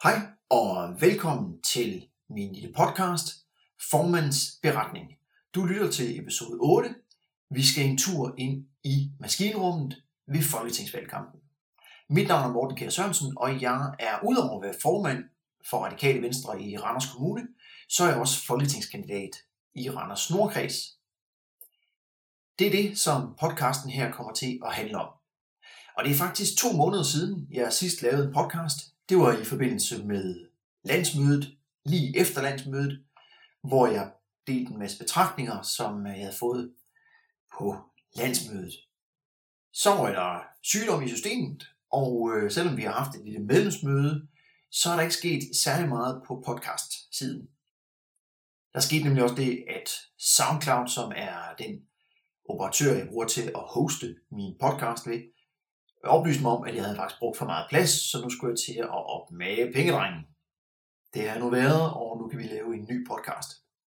Hej og velkommen til min lille podcast, Formands Beretning. Du lytter til episode 8. Vi skal en tur ind i maskinrummet ved folketingsvalgkampen. Mit navn er Morten Kjær Sørensen, og jeg er udover at være formand for Radikale Venstre i Randers Kommune, så er jeg også folketingskandidat i Randers Nordkreds. Det er det, som podcasten her kommer til at handle om. Og det er faktisk 2 måneder siden, jeg sidst lavede en podcast. Det var i forbindelse med landsmødet, lige efter landsmødet, hvor jeg delte en masse betragtninger, som jeg havde fået på landsmødet. Så var der sygdom i systemet, og selvom vi har haft et lille medlemsmøde, så er der ikke sket særlig meget på podcast-siden. Der skete nemlig også det, at SoundCloud, som er den operatør, jeg bruger til at hoste min podcast ved, oplyste mig om, at jeg havde faktisk brugt for meget plads, så nu skulle jeg til at opmage pengedrengen. Det har nu været, og nu kan vi lave en ny podcast.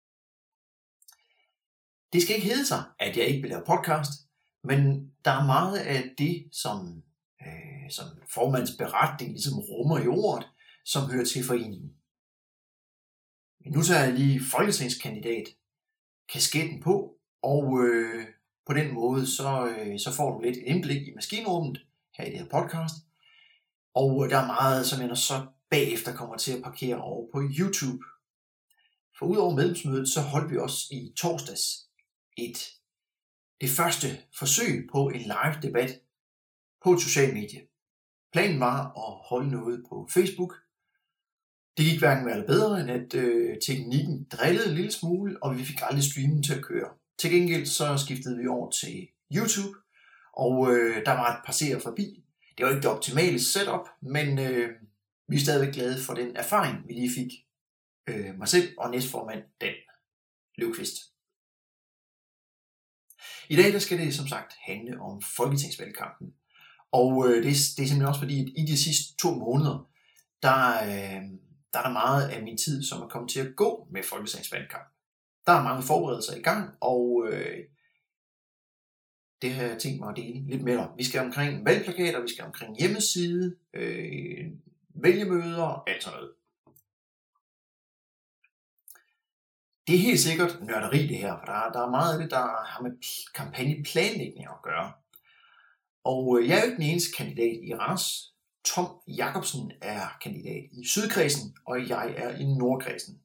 Det skal ikke hedde sig, at jeg ikke vil lave podcast, men der er meget af det, som formands beretning ligesom rummer i ordet, som hører til foreningen. Men nu tager jeg lige folketingskandidat kasketten på, og på den måde så får du lidt indblik i maskinrummet her i det her podcast. Og der er meget, som jeg så bagefter kommer til at parkere over på YouTube. For udover medlemsmødet, så holdt vi også i torsdags det første forsøg på en live debat på et socialt medie. Planen var at holde noget på Facebook. Det gik hverken værre eller bedre, end at teknikken drillede en lille smule, og vi fik aldrig streamen til at køre. Til gengæld så skiftede vi over til YouTube, og der var et par seere forbi. Det var ikke det optimale setup, men vi er stadigvæk glade for den erfaring, vi lige fik. Mig selv og næstformand Dan Løvqvist. I dag der skal det som sagt handle om folketingsvalgkampen. Og det er simpelthen også fordi, at i de sidste 2 måneder, der er meget af min tid, som er kommet til at gå med folketingsvalgkamp. Der er mange forberedelser i gang, og det har jeg tænkt mig at dele lidt med dig. Vi skal omkring valgplakater, vi skal omkring hjemmeside, vælgemøder og alt sådan noget. Det er helt sikkert nørderi det her, for der er meget af det, der har med kampagneplanlægning at gøre. Og jeg er jo ikke den eneste kandidat i Randers. Tom Jacobsen er kandidat i Sydkredsen, og jeg er i Nordkredsen.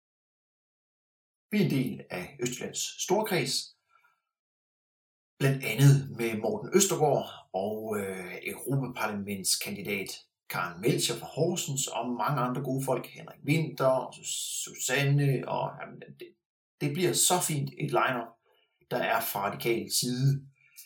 Vi er en del af Østjyllands Storkreds, blandt andet med Morten Østergaard og Europaparlamentskandidat Karen Melchior fra Horsens og mange andre gode folk, Henrik Winther og Susanne. Og det bliver så fint et line-up, der er fra radikal side.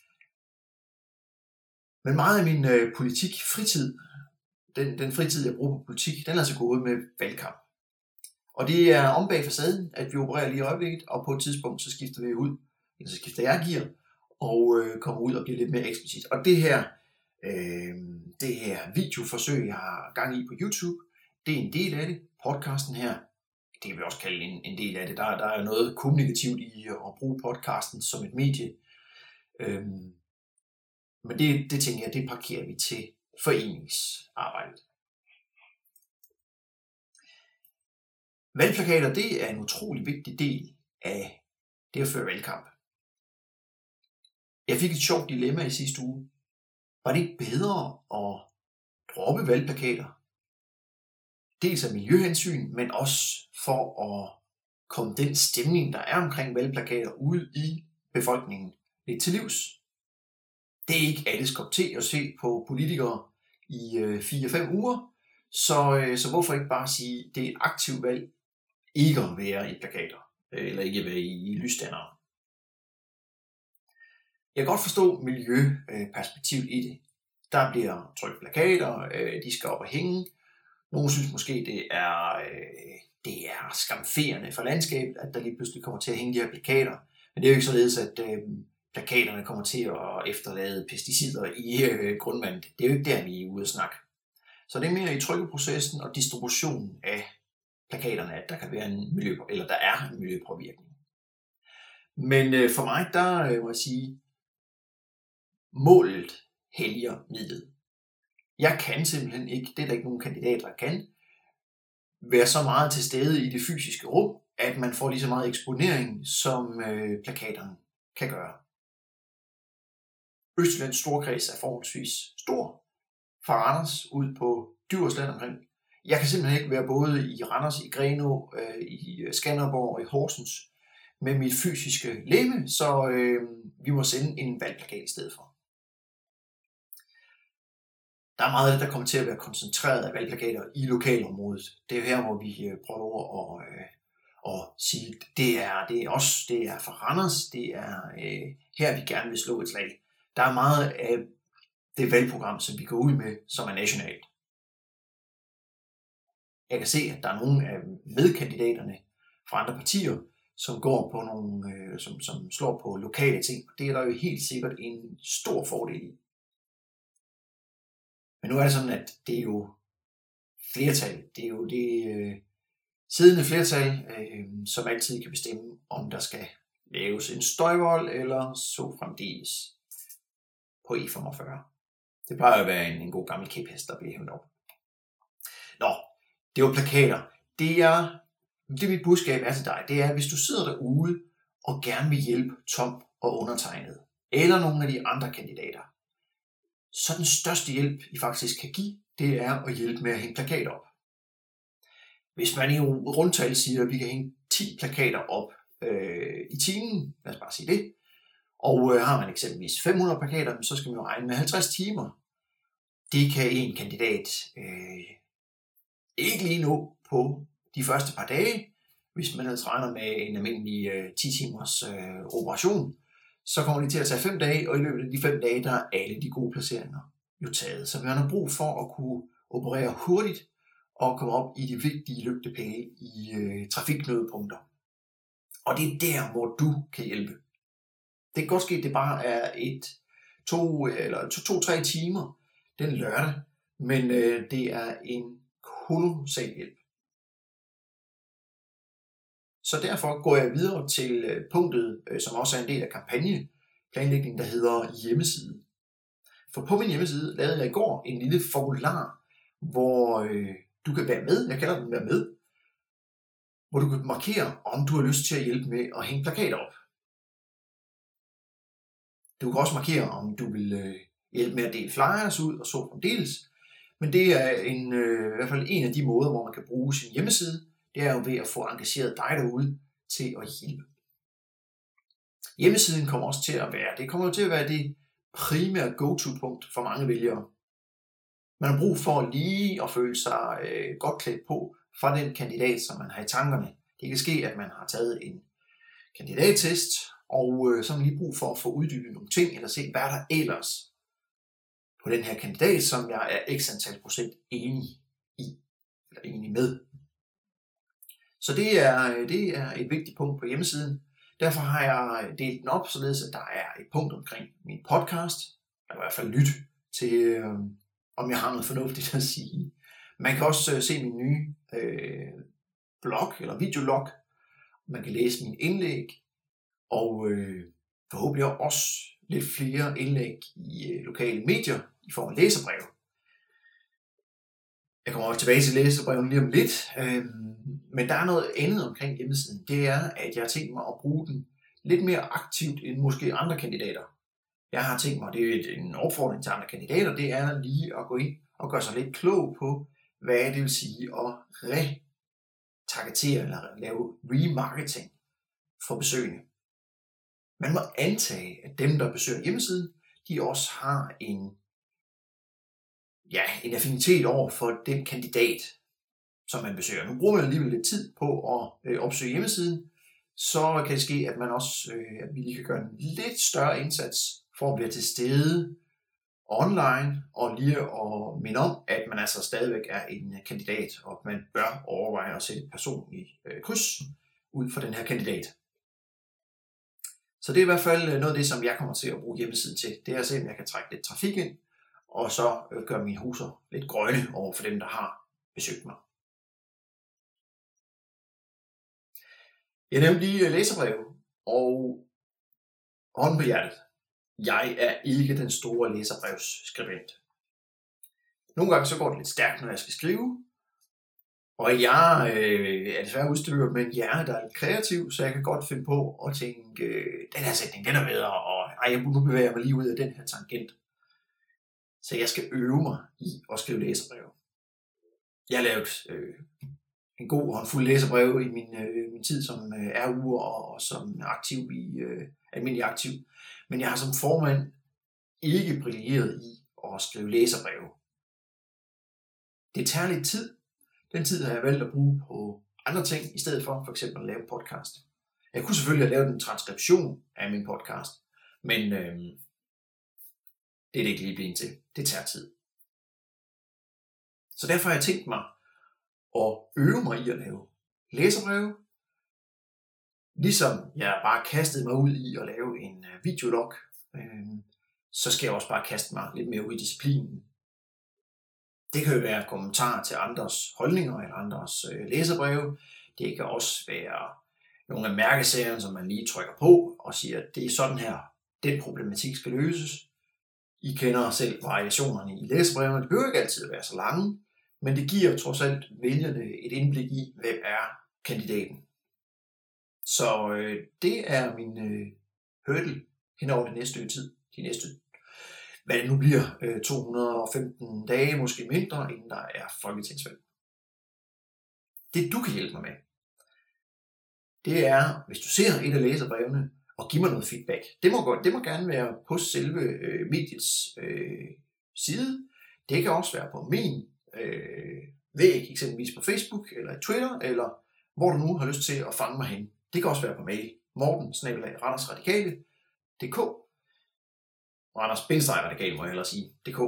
Men meget af min fritid, den fritid, jeg bruger på politik, den er altså gået med valgkamp. Og det er om bag facaden, at vi opererer lige i øjeblikket, og på et tidspunkt, så skifter vi ud, eller så skifter jeg gear, og kommer ud og bliver lidt mere eksplicit. Og det her videoforsøg, jeg har gang i på YouTube, det er en del af det. Podcasten her, det kan vi også kalde en del af det. Der er noget kommunikativt i at bruge podcasten som et medie. Men det tænker jeg, det parkerer vi til foreningsarbejdet. Valgplakater, det er en utrolig vigtig del af det at føre valgkamp. Jeg fik et sjovt dilemma i sidste uge. Var det ikke bedre at droppe valgplakater? Dels af miljøhensyn, men også for at komme den stemning, der er omkring valgplakater ud i befolkningen lidt til livs. Det er ikke alles kop te at se på politikere i 4-5 uger, så hvorfor ikke bare sige, at det er et aktivt valg ikke at være i plakater, eller ikke være i lysstandere. Jeg kan godt forstå miljøperspektivet i det. Der bliver trykt plakater, de skal op og hænge. Nogle synes måske, det er skamferende for landskabet, at der lige pludselig kommer til at hænge de her plakater. Men det er jo ikke således, at plakaterne kommer til at efterlade pesticider i grundvandet. Det er jo ikke der, vi er ude at snakke. Så det er mere i trykkeprocessen og distributionen af plakaterne, at der kan være der er en miljøpåvirkning. Men for mig, der må jeg sige, målet helliger midlet. Jeg kan simpelthen ikke, det er der ikke nogen kandidater, der kan, være så meget til stede i det fysiske rum, at man får lige så meget eksponering, som plakaterne kan gøre. Østjyllands Storkreds er forholdsvis stor, fra Randers ud på Djursland omkring. Jeg kan simpelthen ikke være både i Randers, i Grenaa, i Skanderborg og i Horsens med mit fysiske legeme, så vi må sende en valgplakat i stedet for. Der er meget af det, der kommer til at være koncentreret af valgplakater i lokalområdet. Det er her, hvor vi prøver at sige, det er os, det er for Randers, det er her, vi gerne vil slå et slag. Der er meget af det valgprogram, som vi går ud med, som er nationalt. Jeg kan se, at der er nogle af medkandidaterne fra andre partier, som går på nogle, som slår på lokale ting. Det er der jo helt sikkert en stor fordel i. Men nu er det sådan, at det er jo flertal. Det er jo det siddende flertal, som altid kan bestemme, om der skal laves en støjvold eller så fremdeles på E45. Det plejer at være en god gammel kæphest, der bliver hævet op. Nå, det var plakater. Det mit budskab er til dig, det er, at hvis du sidder derude og gerne vil hjælpe Tom og undertegnet, eller nogle af de andre kandidater, så den største hjælp, I faktisk kan give, det er at hjælpe med at hænge plakater op. Hvis man i rundtal siger, at vi kan hænge 10 plakater op i timen, lad os bare sige det, og har man eksempelvis 500 plakater, så skal man jo regne med 50 timer. Det kan en kandidat ikke lige nå på de første par dage. Hvis man ellers regner med en almindelig 10 timers operation, så kommer det til at tage 5 dage, og i løbet af de 5 dage, der er alle de gode placeringer jo taget. Så man har brug for at kunne operere hurtigt og komme op i de vigtige lygtepæle i trafiknødpunkter. Og det er der, hvor du kan hjælpe. Det kan godt ske, at det bare er 2-3 timer den lørdag, men det er en kolossal hjælp. Så derfor går jeg videre til punktet, som også er en del af kampagneplanlægningen, der hedder hjemmeside. For på min hjemmeside lavede jeg i går en lille formular, hvor du kan være med, jeg kalder den være med, hvor du kan markere, om du har lyst til at hjælpe med at hænge plakater op. Du kan også markere, om du vil hjælpe med at dele flyers ud og så fremdeles. Men det er i hvert fald en af de måder, hvor man kan bruge sin hjemmeside. Det er jo ved at få engageret dig derude til at hjælpe. Hjemmesiden kommer også til at være det primære go-to-punkt for mange vælgere. Man har brug for lige at føle sig godt klædt på fra den kandidat, som man har i tankerne. Det kan ske, at man har taget en kandidattest, og så har man lige brug for at få uddybet nogle ting, eller se, hvad der ellers på den her kandidat, som jeg er x antal procent enig i, eller enig med. Så det er et vigtigt punkt på hjemmesiden. Derfor har jeg delt den op, således at der er et punkt omkring min podcast. Jeg kan i hvert fald lytte til, om jeg har noget fornuftigt at sige. Man kan også se min nye blog, eller videolog. Man kan læse mine indlæg, og forhåbentlig også lidt flere indlæg i lokale medier i form af læserbreve. Jeg kommer også tilbage til læserbrevene lige om lidt, men der er noget andet omkring hjemmesiden. Det er, at jeg har tænkt mig at bruge den lidt mere aktivt end måske andre kandidater. Jeg har tænkt mig, det er en opfordring til andre kandidater, det er lige at gå ind og gøre sig lidt klog på, hvad det vil sige at retargetere eller lave remarketing for besøgende. Man må antage, at dem, der besøger hjemmesiden, de også har en affinitet over for den kandidat, som man besøger. Nu bruger man alligevel lidt tid på at opsøge hjemmesiden, så kan det ske, at man også at vi lige kan gøre en lidt større indsats for at blive til stede online, og lige at minde om, at man altså stadigvæk er en kandidat, og at man bør overveje at sætte et personligt kryds ud for den her kandidat. Så det er i hvert fald noget af det, som jeg kommer til at bruge hjemmesiden til. Det er at se, om jeg kan trække lidt trafik ind, og så gøre mine huser lidt grønne over for dem, der har besøgt mig. Jeg nævnte lige læserbrev, og hånden på hjertet. Jeg er ikke den store læserbrevsskribent. Nogle gange så går det lidt stærkt, når jeg skal skrive, Og jeg er desværre udstyret med en hjerne, der er lidt kreativ, så jeg kan godt finde på at tænke, den her sætning, den er bedre, og nu bevæger jeg mig lige ud af den her tangent. Så jeg skal øve mig i at skrive læserbreve. Jeg har lavet en god håndfuld læserbreve i min tid som RU'er og som aktiv i almindelig aktiv. Men jeg har som formand ikke brilleret i at skrive læserbreve. Det tager lidt tid. Den tid har jeg valgt at bruge på andre ting, i stedet for eksempel at lave en podcast. Jeg kunne selvfølgelig have lavet en transkription af min podcast, men det er det ikke lige blevet til. Det tager tid. Så derfor har jeg tænkt mig at øve mig i at lave læserbreve, ligesom jeg bare kastede mig ud i at lave en videolog, så skal jeg også bare kaste mig lidt mere ud i disciplinen. Det kan jo være kommentarer til andres holdninger eller andres læserbreve. Det kan også være nogle af mærkesagerne, som man lige trykker på og siger, at det er sådan her, den problematik skal løses. I kender selv variationerne i læserbrevene. Det behøver ikke altid at være så lange, men det giver trods alt vælgerne et indblik i, hvem er kandidaten. Så det er min hurdle hen over det næste stykke tid. De næste, hvad det nu bliver, 215 dage, måske mindre, inden der er folketingsvalg. Det du kan hjælpe mig med, det er, hvis du ser et af læserbrevene, og giv mig noget feedback. Det må gerne være på selve mediets side. Det kan også være på min væg, eksempelvis på Facebook, eller i Twitter, eller hvor du nu har lyst til at fange mig hen. Det kan også være på mail. morten@randersradikale.dk Randers-radikale må jeg hellere sige. .dk.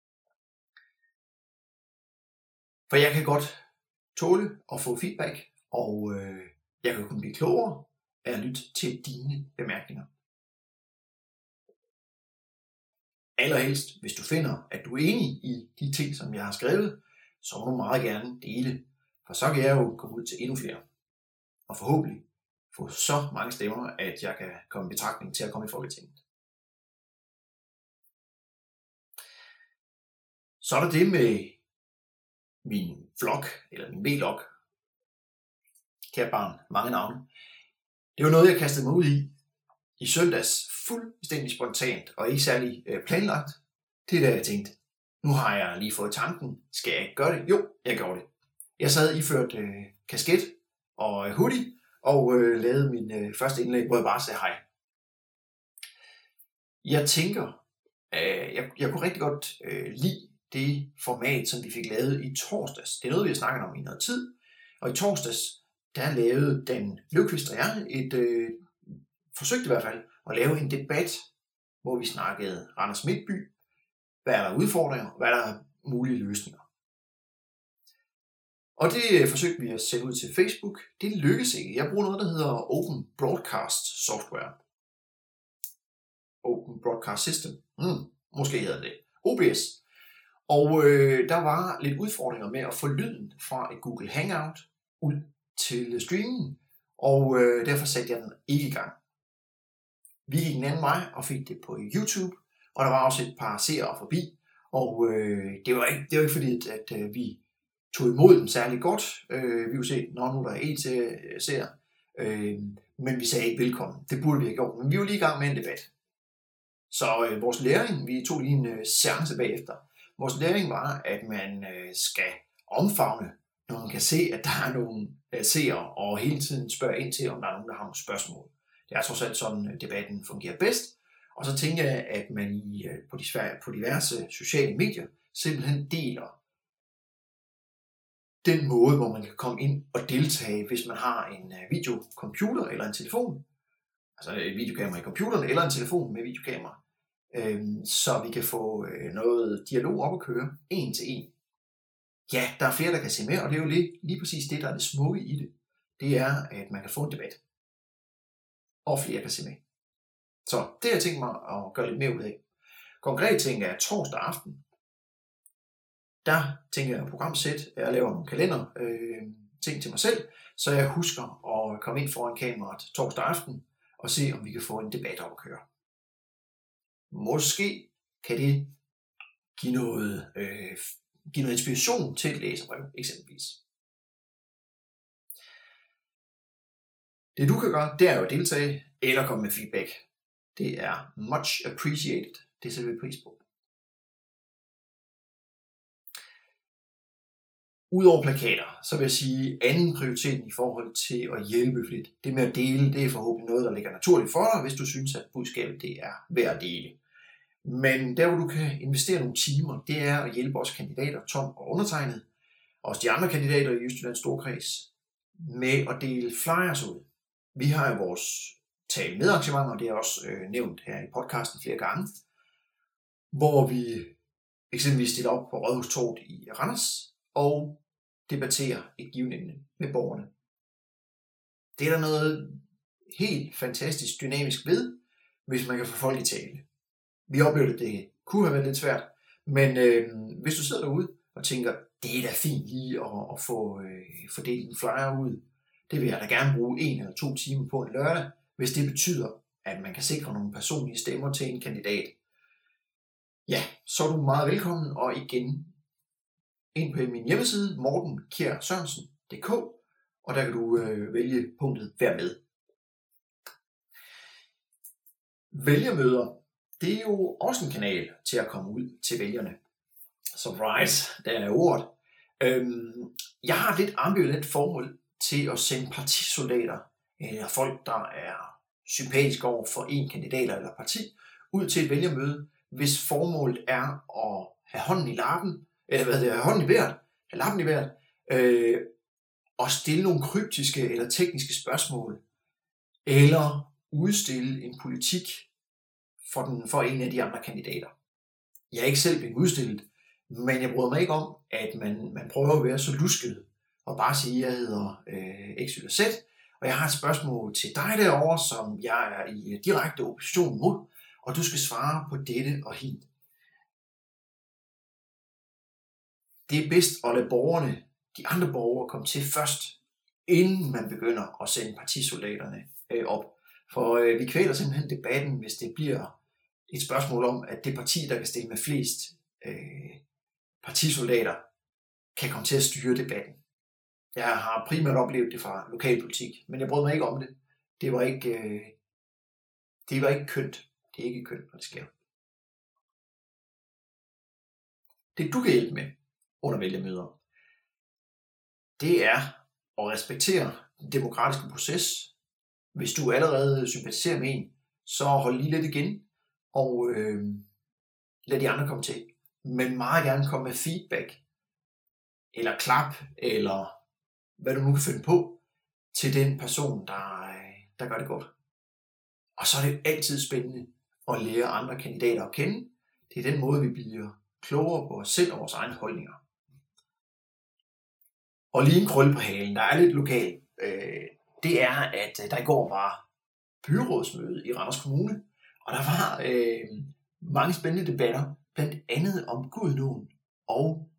For jeg kan godt tåle at få feedback, og jeg kan kun blive klogere af at lytte til dine bemærkninger. Allerhelst, hvis du finder, at du er enig i de ting, som jeg har skrevet, så må du meget gerne dele, for så kan jeg jo komme ud til endnu flere, og forhåbentlig få så mange stemmer, at jeg kan komme i betragtning til at komme i Folketinget. Så er der det med min vlog, eller min vlog. Kært barn, mange navne. Det var noget, jeg kastede mig ud i søndags, fuldstændig spontant og ikke særlig planlagt. Det er da jeg tænkte, nu har jeg lige fået tanken, skal jeg ikke gøre det? Jo, jeg gjorde det. Jeg sad iført kasket og hoodie og lavede min første indlæg, hvor jeg bare sagde hej. Jeg tænker, jeg kunne rigtig godt lide det format, som vi fik lavet i torsdags. Det er noget, vi har snakket om i noget tid. Og i torsdags, der lavede Dan Løvqvist og jeg forsøgte i hvert fald at lave en debat, hvor vi snakkede Randers Midtby, hvad er der udfordringer, og hvad er der mulige løsninger. Og det forsøgte vi at sende ud til Facebook. Det lykkedes ikke. Jeg bruger noget, der hedder Open Broadcast Software. Open Broadcast System. Måske hedder det OBS. Og der var lidt udfordringer med at få lyden fra et Google Hangout ud til streamen, og derfor satte jeg den ikke i gang. Vi gik en anden vej og fik det på YouTube, og der var også et par seere forbi, og det var ikke fordi, at vi tog imod dem særlig godt. Vi kunne se, nu der er en seer, men vi sagde ikke velkommen. Det burde vi have gjort, men vi var lige i gang med en debat. Så vores læring, vi tog lige en seance bagefter. Vores læring var, at man skal omfavne, når man kan se, at der er nogle seere, og hele tiden spørge ind til, om der er nogen, der har nogle spørgsmål. Det er trods alt sådan, debatten fungerer bedst. Og så tænker jeg, at man på diverse sociale medier simpelthen deler den måde, hvor man kan komme ind og deltage, hvis man har en videocomputer eller en telefon. Altså et videokamera i computeren eller en telefon med videokamera. Så vi kan få noget dialog op at køre, en til en. Ja, der er flere, der kan se med, og det er jo lige præcis det, der er det smukke i det. Det er, at man kan få en debat, og flere kan se med. Så det har jeg tænkt mig at gøre lidt mere ud af. Konkret tænker jeg torsdag aften. Der tænker jeg programsæt, jeg laver nogle kalender ting til mig selv, så jeg husker at komme ind foran kameraet torsdag aften, og se om vi kan få en debat op at køre. Måske kan det give noget inspiration til et læserbrev, eksempelvis. Det du kan gøre, det er jo at deltage eller komme med feedback. Det er much appreciated. Det sætter vi pris på. Udover plakater, så vil jeg sige, anden prioritet i forhold til at hjælpe lidt. Det med at dele, det er forhåbentlig noget, der ligger naturligt for dig, hvis du synes, at budskabet det er værd at dele. Men der, hvor du kan investere nogle timer, det er at hjælpe os kandidater, Tom og undertegnet, og også de andre kandidater i Østjyllands Storkreds, med at dele flyers ud. Vi har jo vores tale med arrangementer, og det er også nævnt her i podcasten flere gange, hvor vi eksempelvis stiller op på Rådhustorvet i Randers og debatterer et givet emne med borgerne. Det er der noget helt fantastisk dynamisk ved, hvis man kan få folk i tale. Vi oplever, at det kunne have været lidt svært, men hvis du sidder derude og tænker, det er da fint lige at få fordelt en flyer ud, det vil jeg da gerne bruge 1 eller 2 timer på en lørdag, hvis det betyder, at man kan sikre nogle personlige stemmer til en kandidat. Ja, så er du meget velkommen, og igen ind på min hjemmeside, mortenkjærsørensen.dk, og der kan du vælge punktet Vær med. Vælgermøder, det er jo også en kanal til at komme ud til vælgerne. Surprise, der er ordet. Jeg har et lidt ambivalent forhold til at sende partisoldater, eller folk, der er sympatiske over for en kandidat eller parti, ud til et vælgermøde, hvis formålet er at have hånden i lappen, eller have hånden i vejret, have lappen i vejret, og stille nogle kryptiske eller tekniske spørgsmål, eller udstille en politik for en af de andre kandidater. Jeg er ikke selv blevet udstillet, men jeg bryder mig ikke om, at man prøver at være så lusket, og bare sige, at jeg hedder X, Y og Z, og jeg har et spørgsmål til dig derovre, som jeg er i direkte opposition mod, og du skal svare på dette og hint. Det er bedst at lade borgerne, de andre borgere, komme til først, inden man begynder at sende partisoldaterne op. For vi kvæler simpelthen debatten, hvis det bliver et spørgsmål om, at det parti, der kan stille med flest partisoldater, kan komme til at styre debatten. Jeg har primært oplevet det fra lokalpolitik, men jeg brød mig ikke om det. Det var ikke kønt. Det er ikke kønt, når det sker. Det du kan hjælpe med under vælgermøder, det er at respektere den demokratiske proces. Hvis du allerede sympatiserer med en, så hold lige lidt igen, og lad de andre komme til. Men meget gerne komme med feedback, eller klap, eller hvad du nu kan finde på, til den person, der gør det godt. Og så er det altid spændende at lære andre kandidater at kende. Det er den måde, vi bliver klogere på os selv og vores egne holdninger. Og lige en krølle på halen, der er lidt lokal. Det er, at der i går var byrådsmøde i Randers Kommune, og der var mange spændende debatter, blandt andet om Gudenåen og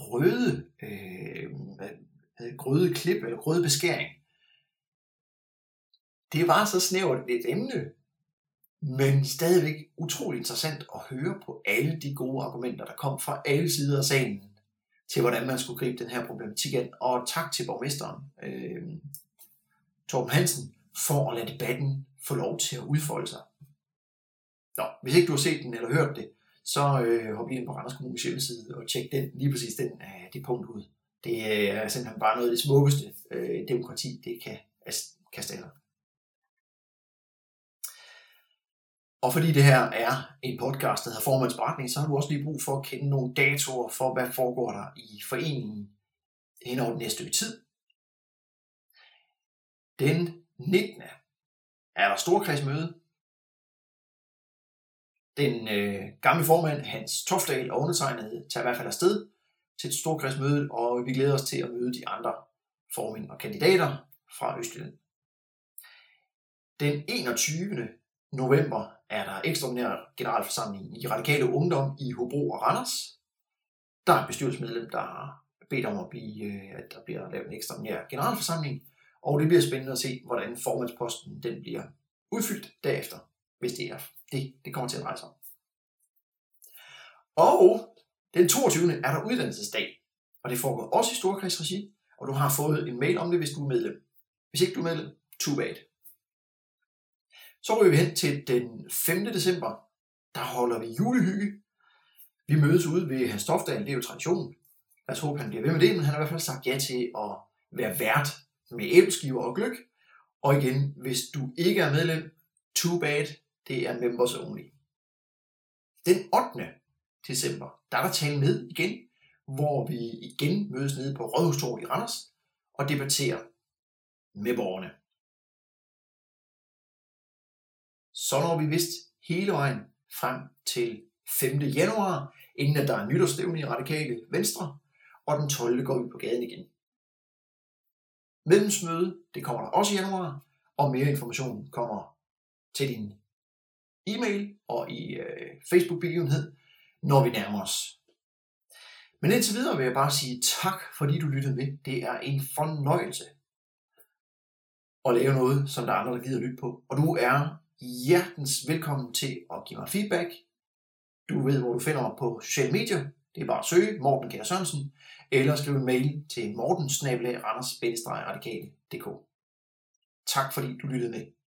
grødeklip eller grødebeskæring. Det var så snævert et emne, men stadigvæk utrolig interessant at høre på alle de gode argumenter, der kom fra alle sider af salen, til hvordan man skulle gribe den her problematik an. Og tak til borgmesteren, Torben Hansen, for at lade debatten få lov til at udfolde sig. Nå, hvis ikke du har set den eller hørt det, så hop ind på Randers Kommunes hjemmeside og tjek lige præcis det punkt ud. Det er simpelthen bare noget af det smukkeste demokrati, det kan kaste af. Og fordi det her er en podcast, der hedder Formandens Beretning, så har du også lige brug for at kende nogle datoer for, hvad foregår der i foreningen hen over den næste stykke tid. Den 19. er der storkredsmøde. Den gamle formand, Hans Toftdal og undertegnede, tager i hvert fald afsted til et storkredsmøde, og vi glæder os til at møde de andre formænd og kandidater fra Østjylland. Den 21. november er der ekstraordinær generalforsamling i Radikale Ungdom i Hobro og Randers. Der er et bestyrelsesmedlem, der har bedt om at der bliver lavet en ekstraordinær generalforsamling, og det bliver spændende at se, hvordan formandsposten den bliver udfyldt derefter, hvis det er det kommer til at dreje sig om. Og den 22. er der uddannelsesdag, og det foregår også i storkredsregi, og du har fået en mail om det, hvis du er medlem. Hvis ikke du er medlem, too bad. Så ryger vi hen til den 5. december. Der holder vi julehygge. Vi mødes ude ved Hans Stofdal, det er jo tradition. Lad os håbe, han bliver ved med det, men han har i hvert fald sagt ja til at være vært med æbleskiver og gløgg. Og igen, hvis du ikke er medlem, too bad, det er members only. Den 8. december, der er der tale med igen, hvor vi igen mødes nede på Rådhustorvet i Randers og debatterer med borgerne. Så når vi vist hele vejen frem til 5. januar, inden at der er nytårsstævne i Radikale Venstre, og den 12. går vi på gaden igen. Medlemsmøde, det kommer der også i januar, og mere information kommer til din e-mail og i Facebook-begivenhed, når vi nærmer os. Men indtil videre vil jeg bare sige tak, fordi du lyttede med. Det er en fornøjelse at lave noget, som der er andre, der gider lytte på. Og du er hjertens velkommen til at give mig feedback. Du ved, hvor du finder mig på sociale medier. Det er bare at søge Morten Kjær Sørensen, eller skrive en mail til morten@randers-radikale.dk. Tak fordi du lyttede med.